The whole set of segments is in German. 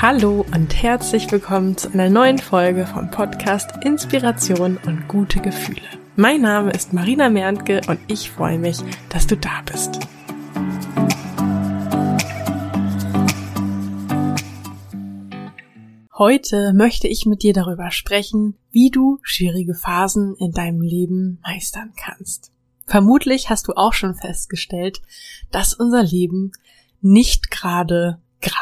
Hallo und herzlich willkommen zu einer neuen Folge vom Podcast Inspiration und gute Gefühle. Mein Name ist Marina Merntke und ich freue mich, dass du da bist. Heute möchte ich mit dir darüber sprechen, wie du schwierige Phasen in deinem Leben meistern kannst. Vermutlich hast du auch schon festgestellt, dass unser Leben nicht geradlinig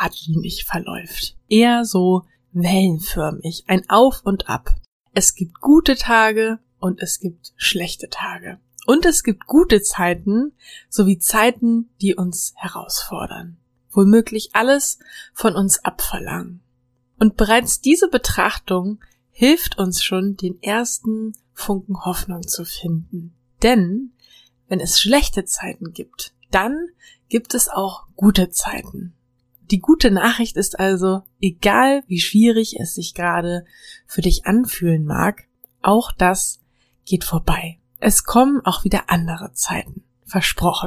verläuft. Eher so wellenförmig, ein Auf und Ab. Es gibt gute Tage und es gibt schlechte Tage. Und es gibt gute Zeiten sowie Zeiten, die uns herausfordern. Womöglich alles von uns abverlangen. Und bereits diese Betrachtung hilft uns schon, den ersten Funken Hoffnung zu finden. Denn wenn es schlechte Zeiten gibt, dann gibt es auch gute Zeiten. Die gute Nachricht ist also, egal wie schwierig es sich gerade für dich anfühlen mag, auch das geht vorbei. Es kommen auch wieder andere Zeiten. Versprochen.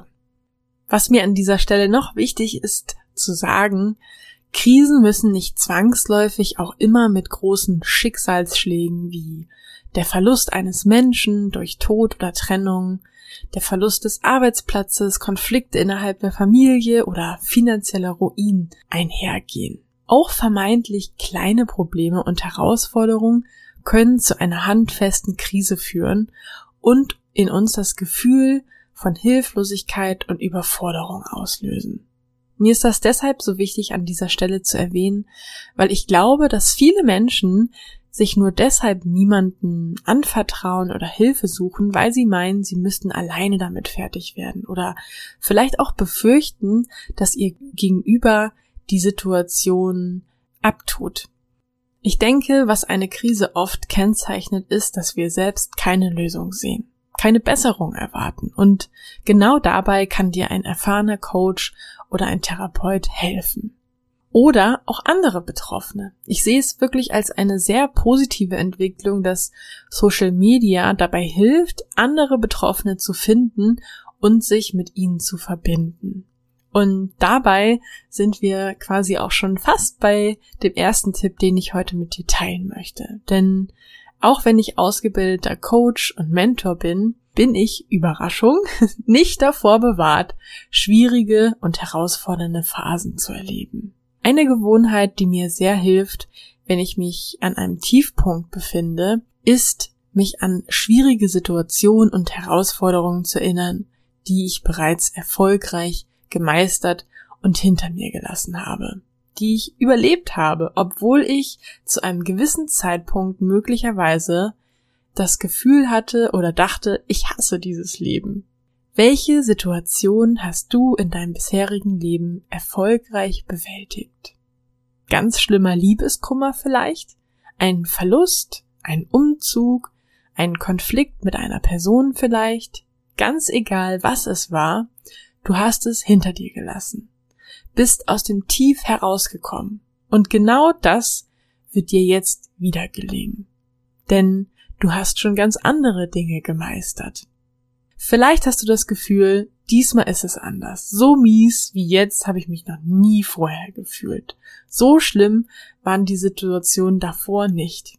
Was mir an dieser Stelle noch wichtig ist zu sagen, Krisen müssen nicht zwangsläufig auch immer mit großen Schicksalsschlägen wie der Verlust eines Menschen durch Tod oder Trennung, der Verlust des Arbeitsplatzes, Konflikte innerhalb der Familie oder finanzieller Ruin einhergehen. Auch vermeintlich kleine Probleme und Herausforderungen können zu einer handfesten Krise führen und in uns das Gefühl von Hilflosigkeit und Überforderung auslösen. Mir ist das deshalb so wichtig, an dieser Stelle zu erwähnen, weil ich glaube, dass viele Menschen sich nur deshalb niemanden anvertrauen oder Hilfe suchen, weil sie meinen, sie müssten alleine damit fertig werden oder vielleicht auch befürchten, dass ihr Gegenüber die Situation abtut. Ich denke, was eine Krise oft kennzeichnet, ist, dass wir selbst keine Lösung sehen, keine Besserung erwarten. Und genau dabei kann dir ein erfahrener Coach oder ein Therapeut helfen. Oder auch andere Betroffene. Ich sehe es wirklich als eine sehr positive Entwicklung, dass Social Media dabei hilft, andere Betroffene zu finden und sich mit ihnen zu verbinden. Und dabei sind wir quasi auch schon fast bei dem ersten Tipp, den ich heute mit dir teilen möchte. Denn auch wenn ich ausgebildeter Coach und Mentor bin, bin ich, Überraschung, nicht davor bewahrt, schwierige und herausfordernde Phasen zu erleben. Eine Gewohnheit, die mir sehr hilft, wenn ich mich an einem Tiefpunkt befinde, ist, mich an schwierige Situationen und Herausforderungen zu erinnern, die ich bereits erfolgreich gemeistert und hinter mir gelassen habe, die ich überlebt habe, obwohl ich zu einem gewissen Zeitpunkt möglicherweise das Gefühl hatte oder dachte, ich hasse dieses Leben. Welche Situation hast du in deinem bisherigen Leben erfolgreich bewältigt? Ganz schlimmer Liebeskummer vielleicht? Ein Verlust? Ein Umzug? Ein Konflikt mit einer Person vielleicht? Ganz egal, was es war, du hast es hinter dir gelassen. Bist aus dem Tief herausgekommen. Und genau das wird dir jetzt wieder gelingen. Denn du hast schon ganz andere Dinge gemeistert. Vielleicht hast du das Gefühl, diesmal ist es anders. So mies wie jetzt habe ich mich noch nie vorher gefühlt. So schlimm waren die Situationen davor nicht.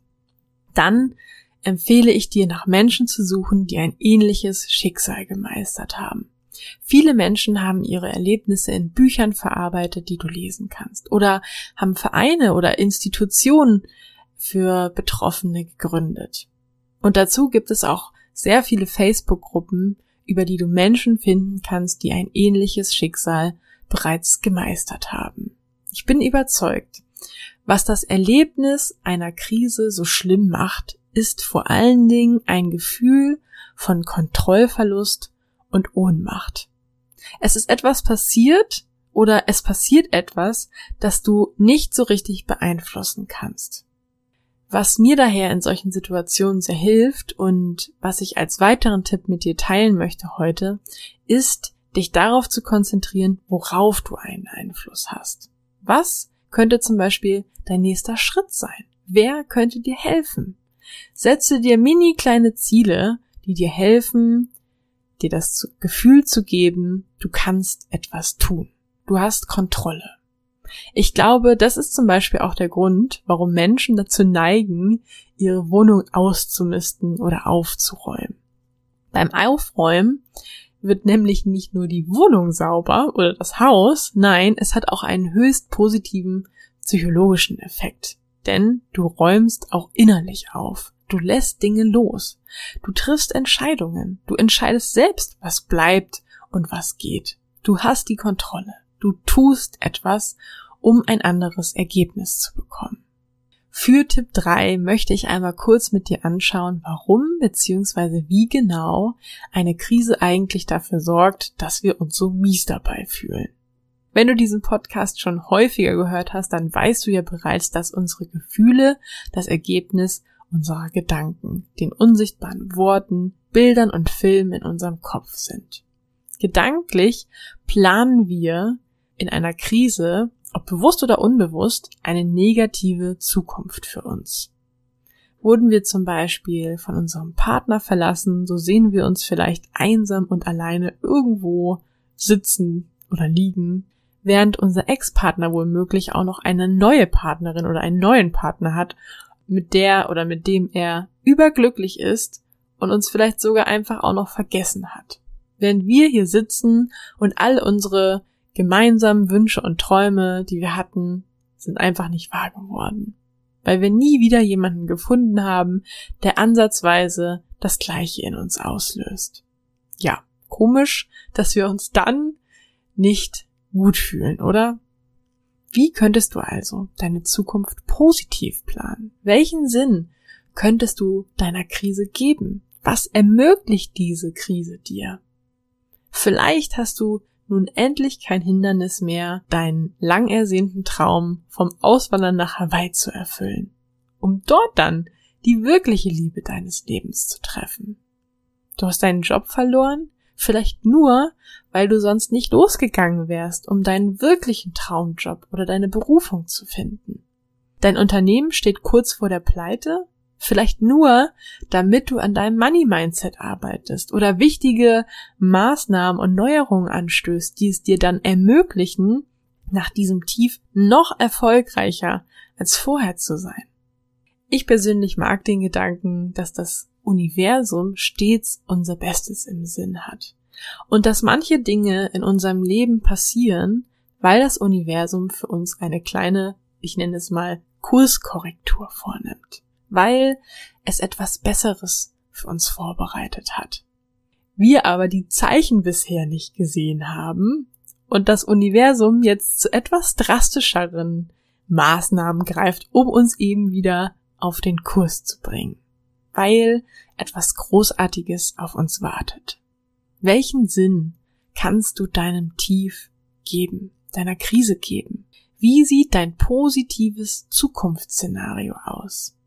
Dann empfehle ich dir, nach Menschen zu suchen, die ein ähnliches Schicksal gemeistert haben. Viele Menschen haben ihre Erlebnisse in Büchern verarbeitet, die du lesen kannst. Oder haben Vereine oder Institutionen für Betroffene gegründet. Und dazu gibt es auch sehr viele Facebook-Gruppen, über die du Menschen finden kannst, die ein ähnliches Schicksal bereits gemeistert haben. Ich bin überzeugt, was das Erlebnis einer Krise so schlimm macht, ist vor allen Dingen ein Gefühl von Kontrollverlust und Ohnmacht. Es ist etwas passiert oder es passiert etwas, das du nicht so richtig beeinflussen kannst. Was mir daher in solchen Situationen sehr hilft und was ich als weiteren Tipp mit dir teilen möchte heute, ist, dich darauf zu konzentrieren, worauf du einen Einfluss hast. Was könnte zum Beispiel dein nächster Schritt sein? Wer könnte dir helfen? Setze dir mini kleine Ziele, die dir helfen, dir das Gefühl zu geben, du kannst etwas tun. Du hast Kontrolle. Ich glaube, das ist zum Beispiel auch der Grund, warum Menschen dazu neigen, ihre Wohnung auszumisten oder aufzuräumen. Beim Aufräumen wird nämlich nicht nur die Wohnung sauber oder das Haus, nein, es hat auch einen höchst positiven psychologischen Effekt. Denn du räumst auch innerlich auf. Du lässt Dinge los. Du triffst Entscheidungen. Du entscheidest selbst, was bleibt und was geht. Du hast die Kontrolle. Du tust etwas, um ein anderes Ergebnis zu bekommen. Für Tipp 3 möchte ich einmal kurz mit dir anschauen, warum bzw. wie genau eine Krise eigentlich dafür sorgt, dass wir uns so mies dabei fühlen. Wenn du diesen Podcast schon häufiger gehört hast, dann weißt du ja bereits, dass unsere Gefühle das Ergebnis unserer Gedanken, den unsichtbaren Worten, Bildern und Filmen in unserem Kopf sind. Gedanklich planen wir in einer Krise, ob bewusst oder unbewusst, eine negative Zukunft für uns. Wurden wir zum Beispiel von unserem Partner verlassen, so sehen wir uns vielleicht einsam und alleine irgendwo sitzen oder liegen, während unser Ex-Partner womöglich auch noch eine neue Partnerin oder einen neuen Partner hat, mit der oder mit dem er überglücklich ist und uns vielleicht sogar einfach auch noch vergessen hat. Während wir hier sitzen und all unsere gemeinsamen Wünsche und Träume, die wir hatten, sind einfach nicht wahr geworden. Weil wir nie wieder jemanden gefunden haben, der ansatzweise das Gleiche in uns auslöst. Ja, komisch, dass wir uns dann nicht gut fühlen, oder? Wie könntest du also deine Zukunft positiv planen? Welchen Sinn könntest du deiner Krise geben? Was ermöglicht diese Krise dir? Vielleicht hast du nun endlich kein Hindernis mehr, deinen lang ersehnten Traum vom Auswandern nach Hawaii zu erfüllen, um dort dann die wirkliche Liebe deines Lebens zu treffen. Du hast deinen Job verloren, vielleicht nur, weil du sonst nicht losgegangen wärst, um deinen wirklichen Traumjob oder deine Berufung zu finden. Dein Unternehmen steht kurz vor der Pleite, vielleicht nur, damit du an deinem Money-Mindset arbeitest oder wichtige Maßnahmen und Neuerungen anstößt, die es dir dann ermöglichen, nach diesem Tief noch erfolgreicher als vorher zu sein. Ich persönlich mag den Gedanken, dass das Universum stets unser Bestes im Sinn hat und dass manche Dinge in unserem Leben passieren, weil das Universum für uns eine kleine, ich nenne es mal, Kurskorrektur vornimmt, weil es etwas Besseres für uns vorbereitet hat. Wir aber die Zeichen bisher nicht gesehen haben und das Universum jetzt zu etwas drastischeren Maßnahmen greift, um uns eben wieder auf den Kurs zu bringen, weil etwas Großartiges auf uns wartet. Welchen Sinn kannst du deinem Tief geben, deiner Krise geben? Wie sieht dein positives Zukunftsszenario aus?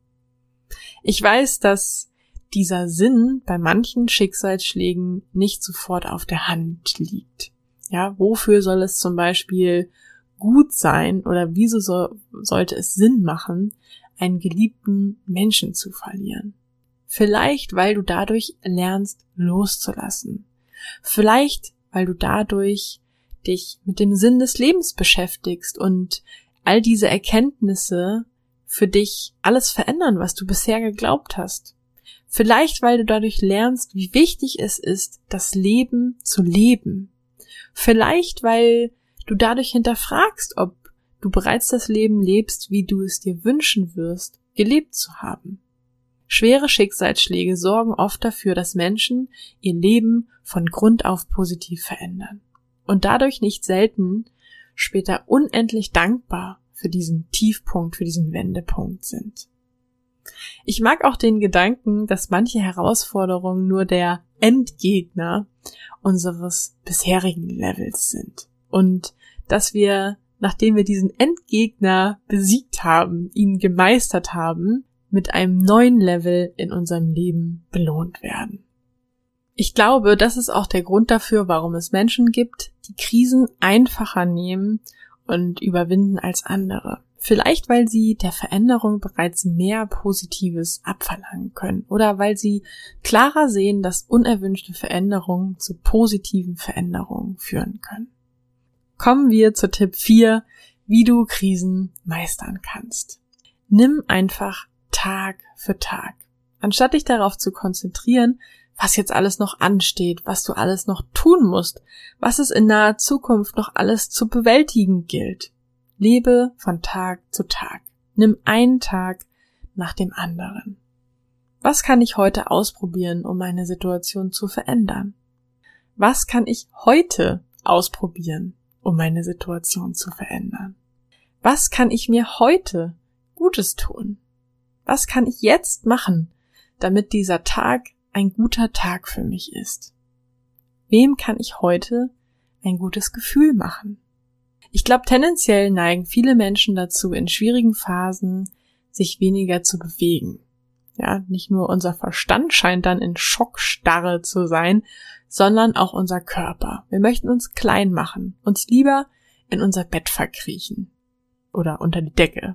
Ich weiß, dass dieser Sinn bei manchen Schicksalsschlägen nicht sofort auf der Hand liegt. Ja, wofür soll es zum Beispiel gut sein oder wieso sollte es Sinn machen, einen geliebten Menschen zu verlieren? Vielleicht, weil du dadurch lernst, loszulassen. Vielleicht, weil du dadurch dich mit dem Sinn des Lebens beschäftigst und all diese Erkenntnisse für dich alles verändern, was du bisher geglaubt hast. Vielleicht, weil du dadurch lernst, wie wichtig es ist, das Leben zu leben. Vielleicht, weil du dadurch hinterfragst, ob du bereits das Leben lebst, wie du es dir wünschen wirst, gelebt zu haben. Schwere Schicksalsschläge sorgen oft dafür, dass Menschen ihr Leben von Grund auf positiv verändern und dadurch nicht selten später unendlich dankbar für diesen Tiefpunkt, für diesen Wendepunkt sind. Ich mag auch den Gedanken, dass manche Herausforderungen nur der Endgegner unseres bisherigen Levels sind und dass wir, nachdem wir diesen Endgegner besiegt haben, ihn gemeistert haben, mit einem neuen Level in unserem Leben belohnt werden. Ich glaube, das ist auch der Grund dafür, warum es Menschen gibt, die Krisen einfacher nehmen und überwinden als andere. Vielleicht, weil sie der Veränderung bereits mehr Positives abverlangen können oder weil sie klarer sehen, dass unerwünschte Veränderungen zu positiven Veränderungen führen können. Kommen wir zu Tipp 4, wie du Krisen meistern kannst. Nimm einfach Tag für Tag. Anstatt dich darauf zu konzentrieren, was jetzt alles noch ansteht, was du alles noch tun musst, was es in naher Zukunft noch alles zu bewältigen gilt. Lebe von Tag zu Tag. Nimm einen Tag nach dem anderen. Was kann ich heute ausprobieren, um meine Situation zu verändern? Was kann ich heute ausprobieren, um meine Situation zu verändern? Was kann ich mir heute Gutes tun? Was kann ich jetzt machen, damit dieser Tag ein guter Tag für mich ist? Wem kann ich heute ein gutes Gefühl machen? Ich glaube, tendenziell neigen viele Menschen dazu, in schwierigen Phasen sich weniger zu bewegen. Ja, nicht nur unser Verstand scheint dann in Schockstarre zu sein, sondern auch unser Körper. Wir möchten uns klein machen, uns lieber in unser Bett verkriechen oder unter die Decke.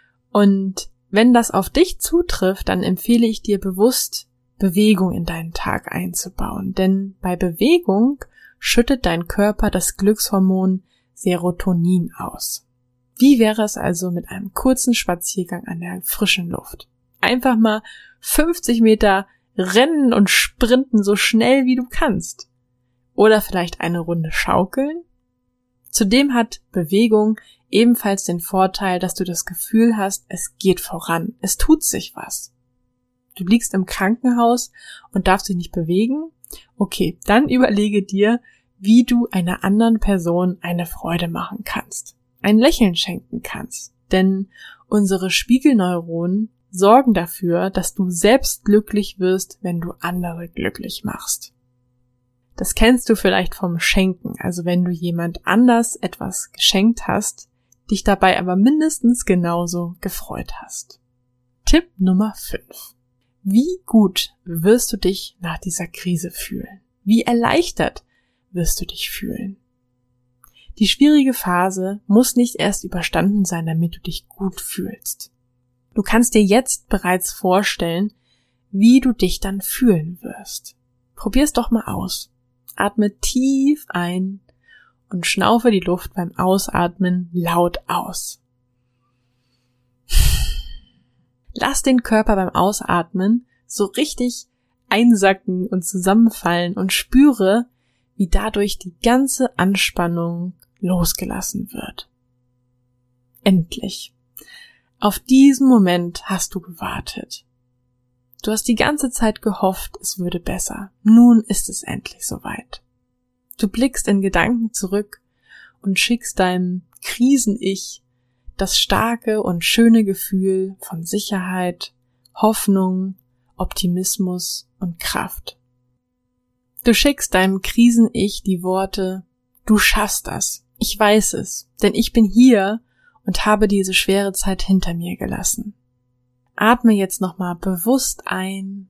Und wenn das auf dich zutrifft, dann empfehle ich dir bewusst, Bewegung in deinen Tag einzubauen. Denn bei Bewegung schüttet dein Körper das Glückshormon Serotonin aus. Wie wäre es also mit einem kurzen Spaziergang an der frischen Luft? Einfach mal 50 Meter rennen und sprinten so schnell wie du kannst. Oder vielleicht eine Runde schaukeln. Zudem hat Bewegung ebenfalls den Vorteil, dass du das Gefühl hast, es geht voran, es tut sich was. Du liegst im Krankenhaus und darfst dich nicht bewegen? Okay, dann überlege dir, wie du einer anderen Person eine Freude machen kannst, ein Lächeln schenken kannst. Denn unsere Spiegelneuronen sorgen dafür, dass du selbst glücklich wirst, wenn du andere glücklich machst. Das kennst du vielleicht vom Schenken, also wenn du jemand anders etwas geschenkt hast, dich dabei aber mindestens genauso gefreut hast. Tipp Nummer 5. Wie gut wirst du dich nach dieser Krise fühlen? Wie erleichtert wirst du dich fühlen? Die schwierige Phase muss nicht erst überstanden sein, damit du dich gut fühlst. Du kannst dir jetzt bereits vorstellen, wie du dich dann fühlen wirst. Probier's doch mal aus. Atme tief ein und schnaufe die Luft beim Ausatmen laut aus. Lass den Körper beim Ausatmen so richtig einsacken und zusammenfallen und spüre, wie dadurch die ganze Anspannung losgelassen wird. Endlich. Auf diesen Moment hast du gewartet. Du hast die ganze Zeit gehofft, es würde besser. Nun ist es endlich soweit. Du blickst in Gedanken zurück und schickst deinem Krisen-Ich das starke und schöne Gefühl von Sicherheit, Hoffnung, Optimismus und Kraft. Du schickst deinem Krisen-Ich die Worte: Du schaffst das, ich weiß es, denn ich bin hier und habe diese schwere Zeit hinter mir gelassen. Atme jetzt nochmal bewusst ein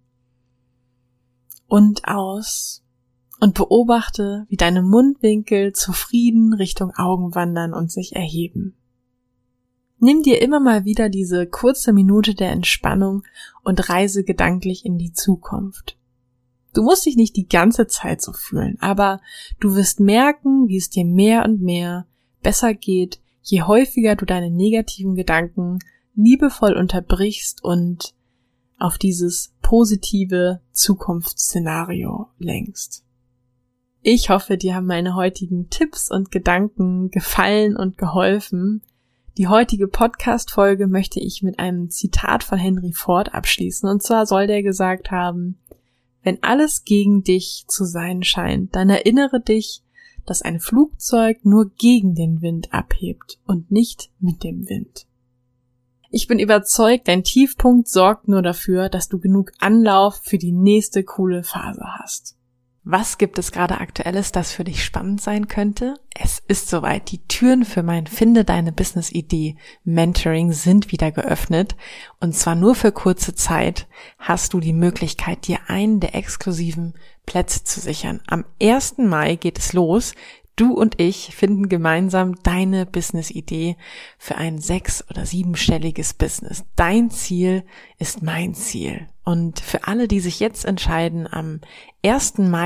und aus und beobachte, wie deine Mundwinkel zufrieden Richtung Augen wandern und sich erheben. Nimm dir immer mal wieder diese kurze Minute der Entspannung und reise gedanklich in die Zukunft. Du musst dich nicht die ganze Zeit so fühlen, aber du wirst merken, wie es dir mehr und mehr besser geht, je häufiger du deine negativen Gedanken liebevoll unterbrichst und auf dieses positive Zukunftsszenario lenkst. Ich hoffe, dir haben meine heutigen Tipps und Gedanken gefallen und geholfen. Die heutige Podcast-Folge möchte ich mit einem Zitat von Henry Ford abschließen. Und zwar soll der gesagt haben: Wenn alles gegen dich zu sein scheint, dann erinnere dich, dass ein Flugzeug nur gegen den Wind abhebt und nicht mit dem Wind. Ich bin überzeugt, dein Tiefpunkt sorgt nur dafür, dass du genug Anlauf für die nächste coole Phase hast. Was gibt es gerade Aktuelles, das für dich spannend sein könnte? Es ist soweit. Die Türen für mein Finde deine Business-Idee Mentoring sind wieder geöffnet. Und zwar nur für kurze Zeit hast du die Möglichkeit, dir einen der exklusiven Plätze zu sichern. Am 1. Mai geht es los. Du und ich finden gemeinsam deine Business-Idee für ein 6- oder 7-stelliges Business. Dein Ziel ist mein Ziel. Und für alle, die sich jetzt entscheiden, am 1. Mai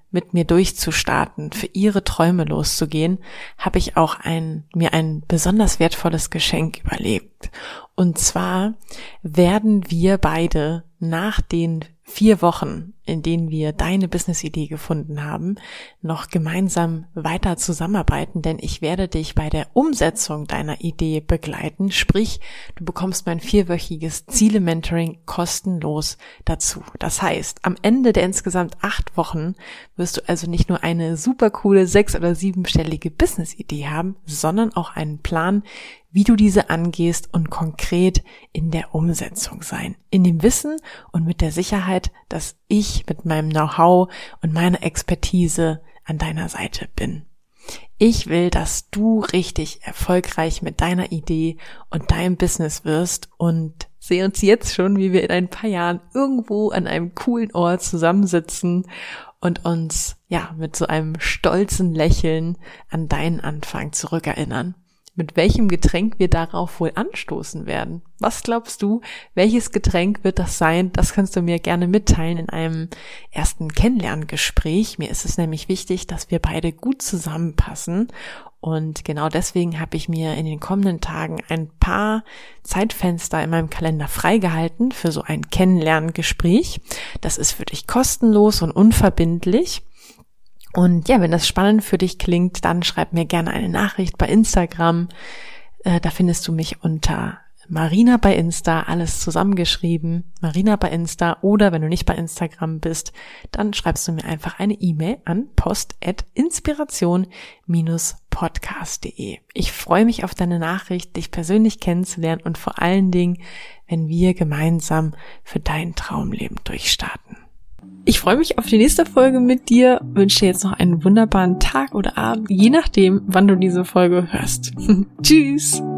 mit mir durchzustarten, für ihre Träume loszugehen, habe ich auch mir ein besonders wertvolles Geschenk überlegt. Und zwar werden wir beide nach den 4 Wochen, in denen wir deine Business-Idee gefunden haben, noch gemeinsam weiter zusammenarbeiten, denn ich werde dich bei der Umsetzung deiner Idee begleiten, sprich, du bekommst mein 4-wöchiges Ziele-Mentoring kostenlos dazu. Das heißt, am Ende der insgesamt 8 Wochen wirst du also nicht nur eine super coole 6- oder 7-stellige Business-Idee haben, sondern auch einen Plan, wie du diese angehst und konkret in der Umsetzung sein. In dem Wissen und mit der Sicherheit, dass ich mit meinem Know-how und meiner Expertise an deiner Seite bin. Ich will, dass du richtig erfolgreich mit deiner Idee und deinem Business wirst und sehe uns jetzt schon, wie wir in ein paar Jahren irgendwo an einem coolen Ort zusammensitzen und uns mit so einem stolzen Lächeln an deinen Anfang zurückerinnern. Mit welchem Getränk wir darauf wohl anstoßen werden. Was glaubst du, welches Getränk wird das sein? Das kannst du mir gerne mitteilen in einem ersten Kennenlerngespräch. Mir ist es nämlich wichtig, dass wir beide gut zusammenpassen. Und genau deswegen habe ich mir in den kommenden Tagen ein paar Zeitfenster in meinem Kalender freigehalten für so ein Kennenlerngespräch. Das ist für dich kostenlos und unverbindlich. Und wenn das spannend für dich klingt, dann schreib mir gerne eine Nachricht bei Instagram. Da findest du mich unter Marina bei Insta, alles zusammengeschrieben, Marina bei Insta. Oder wenn du nicht bei Instagram bist, dann schreibst du mir einfach eine E-Mail an post@inspiration-podcast.de. Ich freue mich auf deine Nachricht, dich persönlich kennenzulernen und vor allen Dingen, wenn wir gemeinsam für dein Traumleben durchstarten. Ich freue mich auf die nächste Folge mit dir, wünsche dir jetzt noch einen wunderbaren Tag oder Abend, je nachdem, wann du diese Folge hörst. Tschüss!